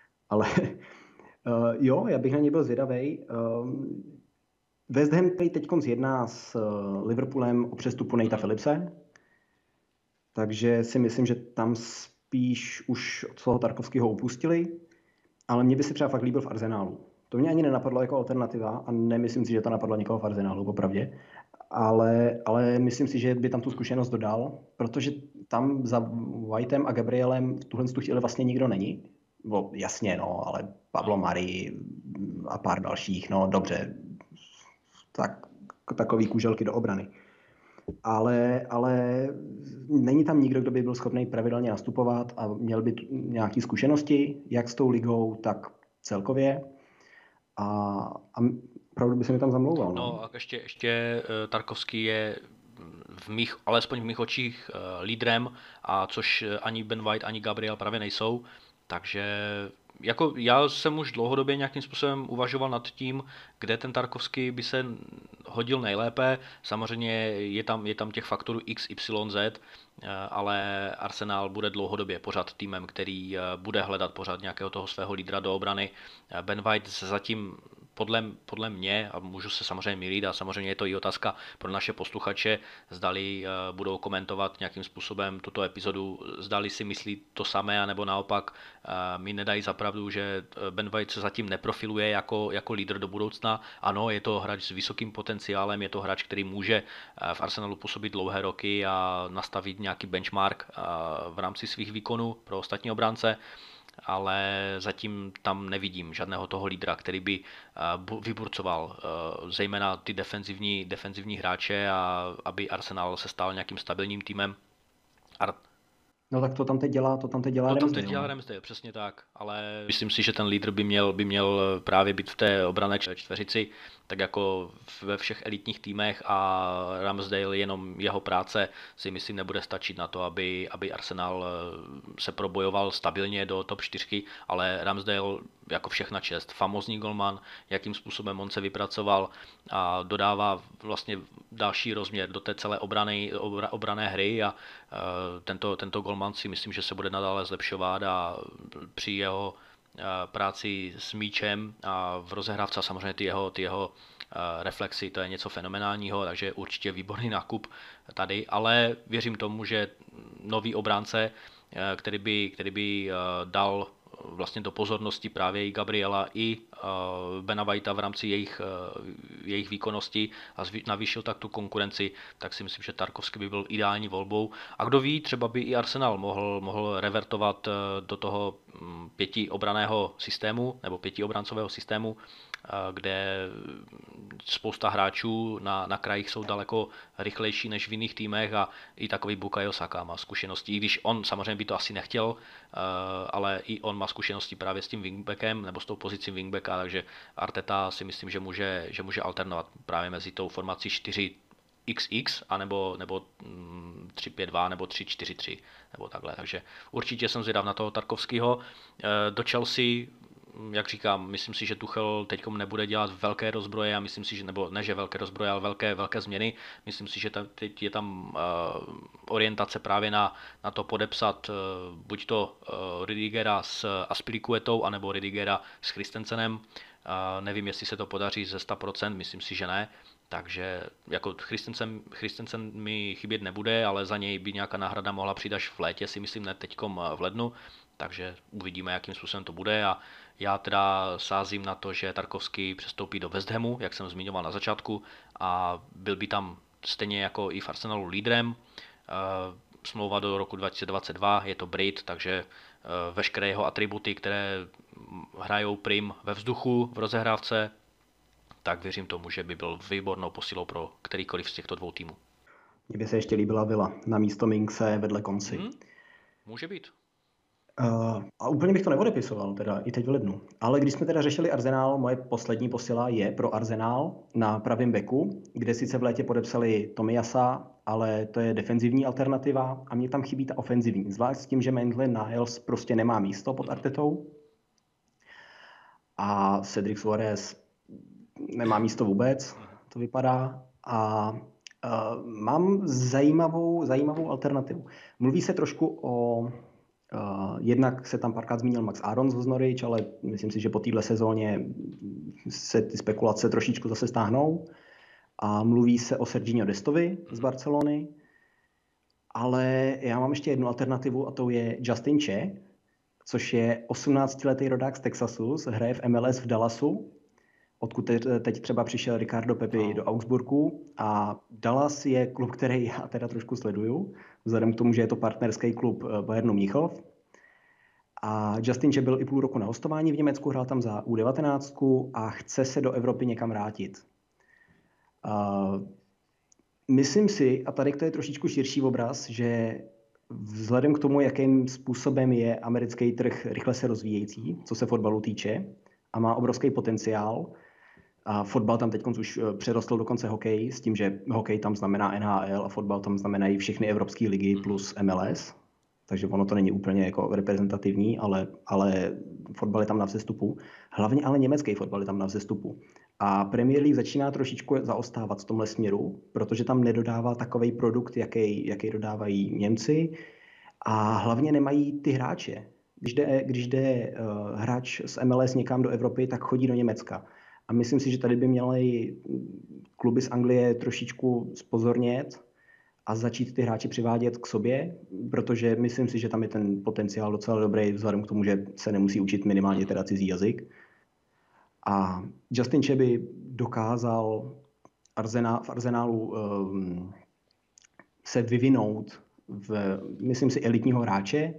jo, já bych na něj byl zvědavej. West Ham teďkom jedná s Liverpoolem o přestupu Natea Phillipse, takže si myslím, že tam spíš už od svého Tarkovského upustili, ale mě by se třeba fakt líbil v Arsenálu. To mě ani nenapadlo jako alternativa a nemyslím si, že to napadlo někoho v Arsenálu, popravdě. Ale myslím si, že by tam tu zkušenost dodal, protože tam za Whiteem a Gabrielem v tuhle chvíli vlastně nikdo není. Bo, jasně, no, ale Pablo Mari a pár dalších, no dobře, takový kuželky do obrany. Ale není tam nikdo, kdo by byl schopný pravidelně nastupovat a měl by nějaké zkušenosti, jak s tou ligou, tak celkově. A opravdu by se mi tam zamlouval.
No a ještě Tarkovský je alespoň v mých očích lídrem, a což ani Ben White, ani Gabriel právě nejsou. Takže jako já jsem už dlouhodobě nějakým způsobem uvažoval nad tím, kde ten Tarkovský by se hodil nejlépe. Samozřejmě je tam těch faktorů X, Y, Z, ale Arsenal bude dlouhodobě pořád týmem, který bude hledat pořád nějakého toho svého lídra do obrany. Ben White se zatím podle mě, a můžu se samozřejmě mýlit, a samozřejmě je to i otázka pro naše posluchače, zdali budou komentovat nějakým způsobem tuto epizodu, zdali si myslí to samé, anebo naopak mi nedají za pravdu, že Ben White se zatím neprofiluje jako lídr do budoucna. Ano, je to hráč s vysokým potenciálem, je to hráč, který může v Arsenalu působit dlouhé roky a nastavit nějaký benchmark v rámci svých výkonů pro ostatní obránce, ale zatím tam nevidím žádného toho lídra, který by vyburcoval zejména ty defenzivní hráče, a aby Arsenal se stal nějakým stabilním týmem.
No tak to tam teď dělá
Ramsdale, přesně tak, ale myslím si, že ten lídr by měl právě být v té obranné čtveřici, tak jako ve všech elitních týmech, a Ramsdale, jenom jeho práce si myslím nebude stačit na to, aby Arsenal se probojoval stabilně do top 4, ale Ramsdale jako všechna čest, famózní golman, jakým způsobem on se vypracoval a dodává vlastně další rozměr do té celé obrané hry, a tento golman si myslím, že se bude nadále zlepšovat, a při jeho práci s míčem a v rozehrávce samozřejmě ty jeho reflexy, to je něco fenomenálního, takže určitě výborný nákup tady, ale věřím tomu, že nový obránce, který by dal vlastně do pozornosti právě i Gabriela, i Bena Whitea v rámci jejich výkonnosti a navýšil tak tu konkurenci, tak si myslím, že Tarkovský by byl ideální volbou. A kdo ví, třeba by i Arsenal mohl revertovat do toho pětiobraného systému nebo pětiobrancového systému, kde spousta hráčů na krajích jsou daleko rychlejší než v jiných týmech, a i takový Bukayo Saka má zkušenosti, i když on samozřejmě by to asi nechtěl, ale i on má zkušenosti právě s tím wingbackem nebo s tou pozicí wingbacka, takže Arteta si myslím, že může alternovat právě mezi tou formací 4XX anebo 3-5-2 nebo 3-4-3 nebo takhle, takže určitě jsem zvědav na toho Tarkovského. Do Chelsea, jak říkám, myslím si, že Tuchel teďkom nebude dělat velké rozbroje, a myslím si, že ne že velké rozbroje, ale velké změny. Myslím si, že teď je tam orientace právě na to podepsat buď to Rüdigera s Aspilicuetou, anebo Rüdigera s Christensenem. Nevím, jestli se to podaří ze 100%, myslím si, že ne. Takže jako Christensen mi chybět nebude, ale za něj by nějaká náhrada mohla přijít až v létě, si myslím, ne teďkom v lednu. Takže uvidíme, jakým způsobem to bude, a já teda sázím na to, že Tarkovský přestoupí do West Hamu, jak jsem zmiňoval na začátku, a byl by tam stejně jako i v Arsenalu lídrem. Smlouva do roku 2022, je to Brit, takže veškeré jeho atributy, které hrajou prim ve vzduchu v rozehrávce, tak věřím tomu, že by byl výbornou posilou pro kterýkoliv z těchto dvou týmů.
Mně by se ještě líbila Villa na místo Minkse vedle Konci.
Může být.
A úplně bych to neodepisoval, teda i teď v lednu. Ale když jsme teda řešili Arsenal, moje poslední posila je pro Arsenal na pravém beku, kde sice v létě podepsali Tomiyasa, ale to je defenzivní alternativa a mě tam chybí ta ofenzivní. Zvlášť s tím, že Maitland-Niles prostě nemá místo pod Artetou a Cedric Suarez nemá místo vůbec, to vypadá. A mám zajímavou alternativu. Mluví se trošku o jednak se tam párkrát zmínil Max Aarons z Norwich, ale myslím si, že po téhle sezóně se ty spekulace trošičku zase stáhnou. A mluví se o Serginho Destovi z Barcelony. Ale já mám ještě jednu alternativu, a to je Justin Che, což je 18-letý rodák z Texasu, hraje v MLS v Dallasu, odkud teď třeba přišel Ricardo Pepi do Augsburgu, a Dallas je klub, který já teda trošku sleduju, vzhledem k tomu, že je to partnerský klub Bayernu Mnichov. A Justin Che byl i půl roku na hostování v Německu, hrál tam za U19 a chce se do Evropy někam vrátit. Myslím si, a tady to je trošičku širší obraz, že vzhledem k tomu, jakým způsobem je americký trh rychle se rozvíjející, co se fotbalu týče, a má obrovský potenciál. A fotbal tam teď už přerostl dokonce hokej, s tím, že hokej tam znamená NHL a fotbal tam znamenají všechny evropské ligy plus MLS. Takže ono to není úplně jako reprezentativní, ale fotbal je tam na vzestupu. Hlavně ale německý fotbal je tam na vzestupu. A Premier League začíná trošičku zaostávat v tomhle směru, protože tam nedodává takovej produkt, jaký dodávají Němci. A hlavně nemají ty hráče. Když jde hráč z MLS někam do Evropy, tak chodí do Německa. A myslím si, že tady by měly kluby z Anglie trošičku spozornět a začít ty hráči přivádět k sobě, protože myslím si, že tam je ten potenciál docela dobrý, vzhledem k tomu, že se nemusí učit minimálně teda cizí jazyk. A Justin Cheby dokázal v Arsenálu se vyvinout myslím si, elitního hráče.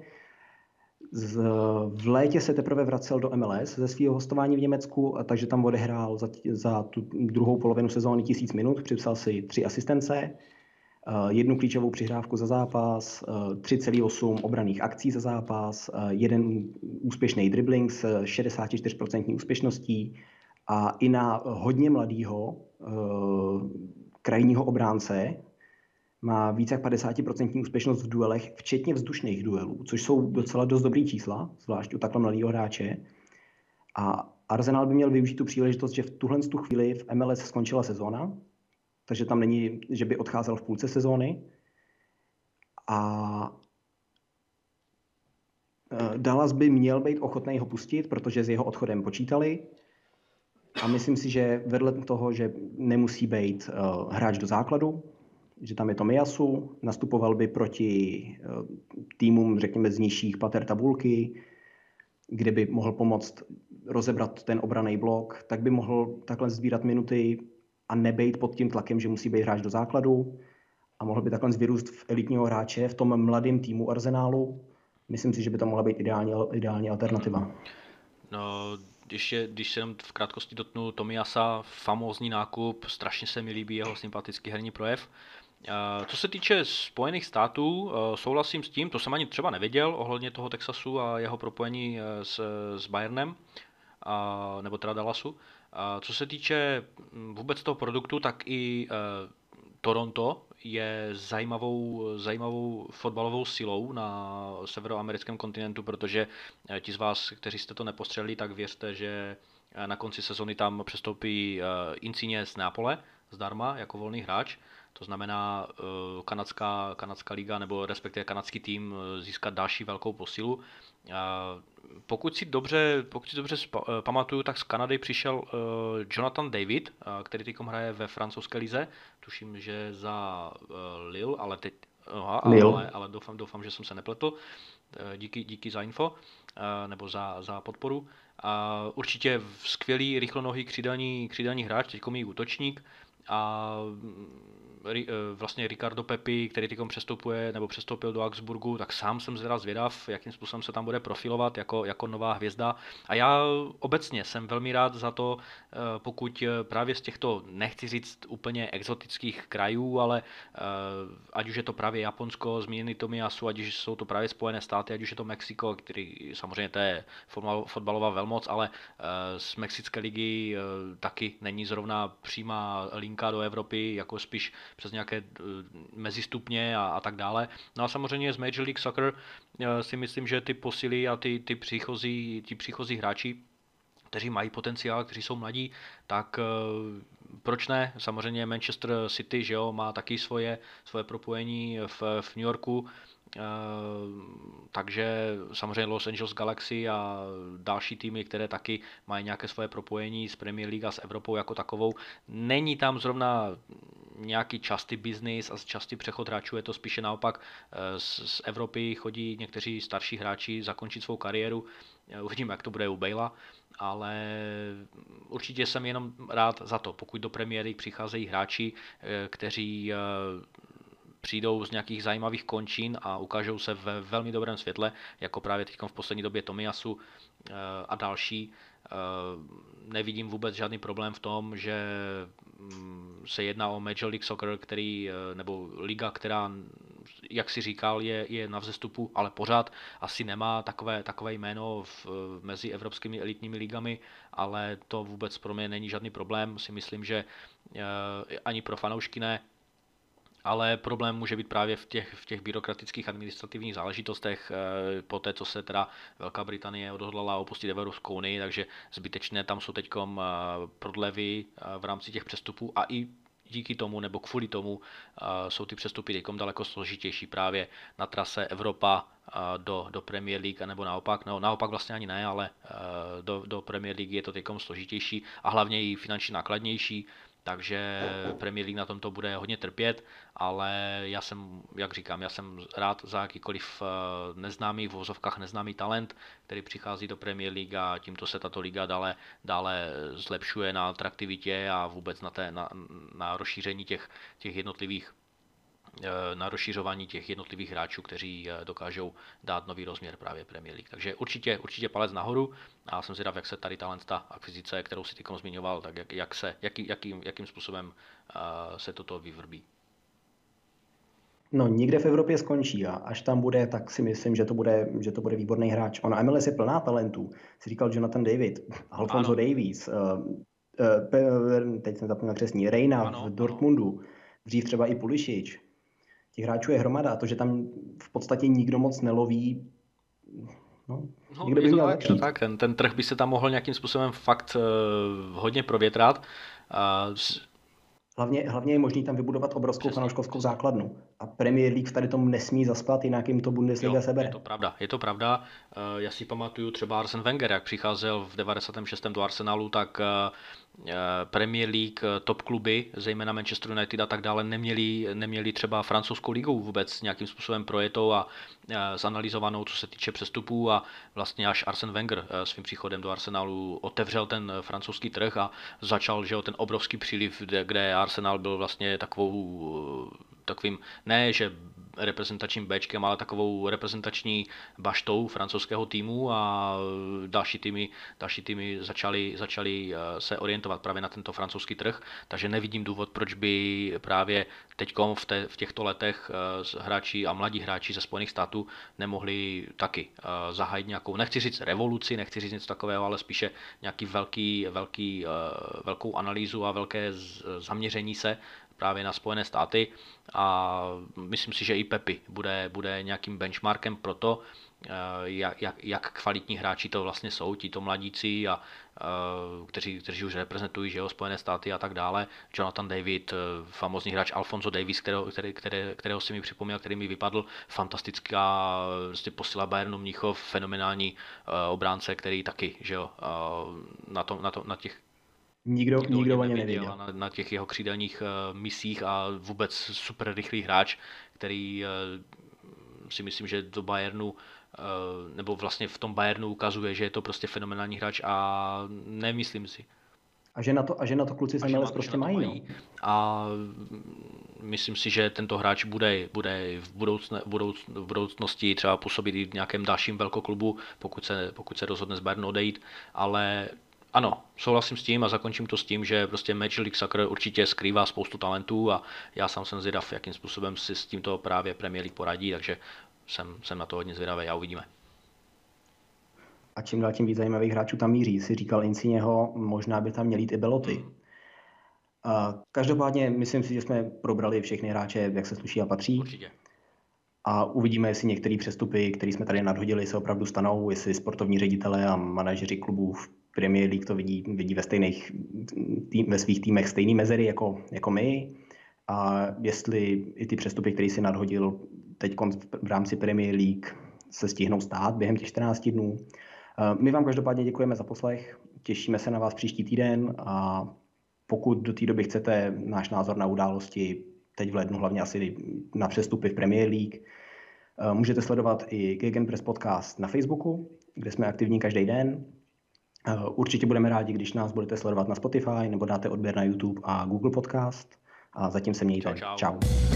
V létě se teprve vracel do MLS ze svého hostování v Německu, takže tam odehrál za tu druhou polovinu sezóny 1000 minut, připsal si 3 asistence, 1 klíčovou přihrávku za zápas, 3,8 obranných akcí za zápas, 1 úspěšný dribbling s 64% úspěšností a i na hodně mladýho krajního obránce má více jak 50% úspěšnost v duelech, včetně vzdušných duelů, což jsou docela dost dobrý čísla, zvlášť u takhle mladého hráče. A Arsenal by měl využít tu příležitost, že v tuhle chvíli v MLS skončila sezóna, takže tam není, že by odcházel v půlce sezóny. A Dallas by měl být ochotný ho pustit, protože s jeho odchodem počítali. A myslím si, že vedle toho, že nemusí být hráč do základu, že tam je Tomiyasu, nastupoval by proti týmům, řekněme, z nižších pater tabulky, kde by mohl pomoct rozebrat ten obranný blok, tak by mohl takhle sbírat minuty a nebejt pod tím tlakem, že musí být hráč do základu a mohl by takhle vyrůst v elitního hráče v tom mladém týmu Arsenálu. Myslím si, že by to mohla být ideální alternativa.
No, když se jenom v krátkosti dotknu Tomiyasa, famózní nákup, strašně se mi líbí jeho sympatický herní projev. Co se týče Spojených států, souhlasím s tím, to jsem ani třeba nevěděl ohledně toho Texasu a jeho propojení s Bayernem, nebo teda Dallasu. Co se týče vůbec toho produktu, tak i Toronto je zajímavou fotbalovou silou na severoamerickém kontinentu, protože ti z vás, kteří jste to nepostřelili, tak věřte, že na konci sezony tam přestoupí Insigne z Neapole zdarma jako volný hráč. To znamená kanadská liga nebo respektive kanadský tým získat další velkou posilu. Pokud si dobře pamatuju, tak z Kanady přišel Jonathan David, který teď hraje ve francouzské lize. Tuším, že za Lille, ale teď ale doufám, že jsem se nepletl. Díky za info nebo za podporu. Určitě skvělý rychlonohý křídelní hráč, teď i útočník. A vlastně Ricardo Pepi, který teď přestoupil do Augsburgu, tak sám jsem zvědav, jakým způsobem se tam bude profilovat jako nová hvězda. A já obecně jsem velmi rád za to, pokud právě z těchto, nechci říct úplně exotických krajů, ale ať už je to právě Japonsko, zmíněný Tomiyasu, ať už jsou to právě Spojené státy, ať už je to Mexiko, který samozřejmě to je fotbalová velmoc, ale z mexické ligy taky není zrovna přímá linka do Evropy, jako spíš přes nějaké mezistupně a tak dále. No a samozřejmě z Major League Soccer si myslím, že ty posily a ty příchozí hráči, kteří mají potenciál, kteří jsou mladí, tak proč ne? Samozřejmě Manchester City, že jo, má taky svoje propojení v New Yorku, takže samozřejmě Los Angeles Galaxy a další týmy, které taky mají nějaké svoje propojení s Premier League a s Evropou jako takovou. Není tam zrovna nějaký častý biznis a častý přechod hráčů, je to spíše naopak. Z Evropy chodí někteří starší hráči zakončit svou kariéru. Uvidíme, jak to bude u Bale'a, ale určitě jsem jenom rád za to, pokud do Premier League přicházejí hráči, kteří přijdou z nějakých zajímavých končin a ukážou se ve velmi dobrém světle, jako právě teď v poslední době Tomiyasu a další. Nevidím vůbec žádný problém v tom, že se jedná o Major League Soccer, nebo liga, která jak si říkal, je na vzestupu, ale pořád asi nemá takové jméno mezi evropskými elitními ligami, ale to vůbec pro mě není žádný problém. Si myslím, že ani pro fanoušky ne, ale problém může být právě v těch byrokratických administrativních záležitostech, po té, co se teda Velká Británie odhodlala opustit Evropskou unii, takže zbytečné tam jsou teďkom prodlevy v rámci těch přestupů a i díky tomu nebo kvůli tomu jsou ty přestupy teďkom daleko složitější právě na trase Evropa do Premier League, nebo naopak, no naopak vlastně ani ne, ale do Premier League je to teďkom složitější a hlavně i finančně nákladnější, takže Premier League na tomto bude hodně trpět, ale já jsem, jak říkám, já jsem rád za jakýkoliv neznámý, v vozovkách neznámý talent, který přichází do Premier League a tímto se tato liga dále zlepšuje na atraktivitě a vůbec na rozšíření těch jednotlivých na rozšiřování těch jednotlivých hráčů, kteří dokážou dát nový rozměr právě Premier League. Takže určitě palec nahoru a jsem zvědav, jak se tady ta akvizice, kterou si tykom zmiňoval, tak jakým způsobem se toto vyvrbí.
No, nikde v Evropě skončí a až tam bude, tak si myslím, že to bude výborný hráč. Ona MLS je plná talentů. Si říkal Jonathan David, Alphonso Davies, teď jsem zapomněl křestní, Reina v Dortmundu, dřív třeba i Pulisic. Těch hráčů je hromada a to, že tam v podstatě nikdo moc neloví, někdo by měl začít.
Tak, ten trh by se tam mohl nějakým způsobem fakt hodně provětrat.
Hlavně je možný tam vybudovat obrovskou fanouškovskou základnu. A Premier League tady tomu nesmí zaspat, jinak jim to Bundesliga sebere.
Je to pravda. Já si pamatuju třeba Arsene Wenger, jak přicházel v 96. do Arsenalu, tak Premier League, top kluby, zejména Manchester United a tak dále, neměli třeba francouzskou ligou vůbec nějakým způsobem projetou a zanalizovanou, co se týče přestupů, a vlastně až Arsene Wenger svým příchodem do Arsenalu otevřel ten francouzský trh a začal, že ten obrovský příliv, kde Arsenal byl vlastně takovým, ne že reprezentačním béčkem, ale takovou reprezentační baštou francouzského týmu a další týmy začaly se orientovat právě na tento francouzský trh, takže nevidím důvod, proč by právě teďkom v těchto letech hráči a mladí hráči ze Spojených států nemohli taky zahájit nějakou, nechci říct revoluci, nechci říct něco takového, ale spíše nějaký velkou analýzu a velké zaměření se právě na Spojené státy, a myslím si, že i Pepi bude nějakým benchmarkem pro to, jak kvalitní hráči to vlastně jsou, tito mladíci, a kteří už reprezentují, že jo, Spojené státy a tak dále. Jonathan David, famózní hráč Alphonso Davies, kterého si mi připomněl, který mi vypadl, fantastická prostě posila Bayernu Mnichov, fenomenální obránce, který taky, že jo, na těch
Nikdo o něm nevěděl.
Na těch jeho křídelních misích a vůbec super rychlý hráč, který si myslím, že do Bayernu, nebo vlastně v tom Bayernu ukazuje, že je to prostě fenomenální hráč, a nemyslím si.
A že na to kluci se prostě mají.
A myslím si, že tento hráč bude v budoucnosti třeba působit i v nějakém dalším velkoklubu, pokud se rozhodne z Bayernu odejít, ale ano, souhlasím s tím a zakončím to s tím, že prostě Major League Soccer určitě skrývá spoustu talentů a já sám jsem zvědav, jakým způsobem si s tímto právě Premier League poradí, takže jsem na to hodně zvědavý a uvidíme.
A čím dál tím víc zajímavých hráčů tam míří. Si říkal Insigneho, možná by tam měl jít i Belotti. Každopádně myslím si, že jsme probrali všechny hráče, jak se sluší a patří.
Určitě.
A uvidíme, jestli některé přestupy, které jsme tady nadhodili, se opravdu stanou, jestli sportovní ředitelé a manažeři klubů v Premier League to vidí ve svých týmech stejné mezery jako my, a jestli i ty přestupy, které si nadhodil teď v rámci Premier League, se stihnou stát během těch 14 dnů. My vám každopádně děkujeme za poslech, těšíme se na vás příští týden, a pokud do té doby chcete náš názor na události, teď v lednu hlavně asi na přestupy v Premier League, můžete sledovat i Gegenpress podcast na Facebooku, kde jsme aktivní každý den. Určitě budeme rádi, když nás budete sledovat na Spotify nebo dáte odběr na YouTube a Google Podcast. A zatím se mějte.
Čau.
Čau.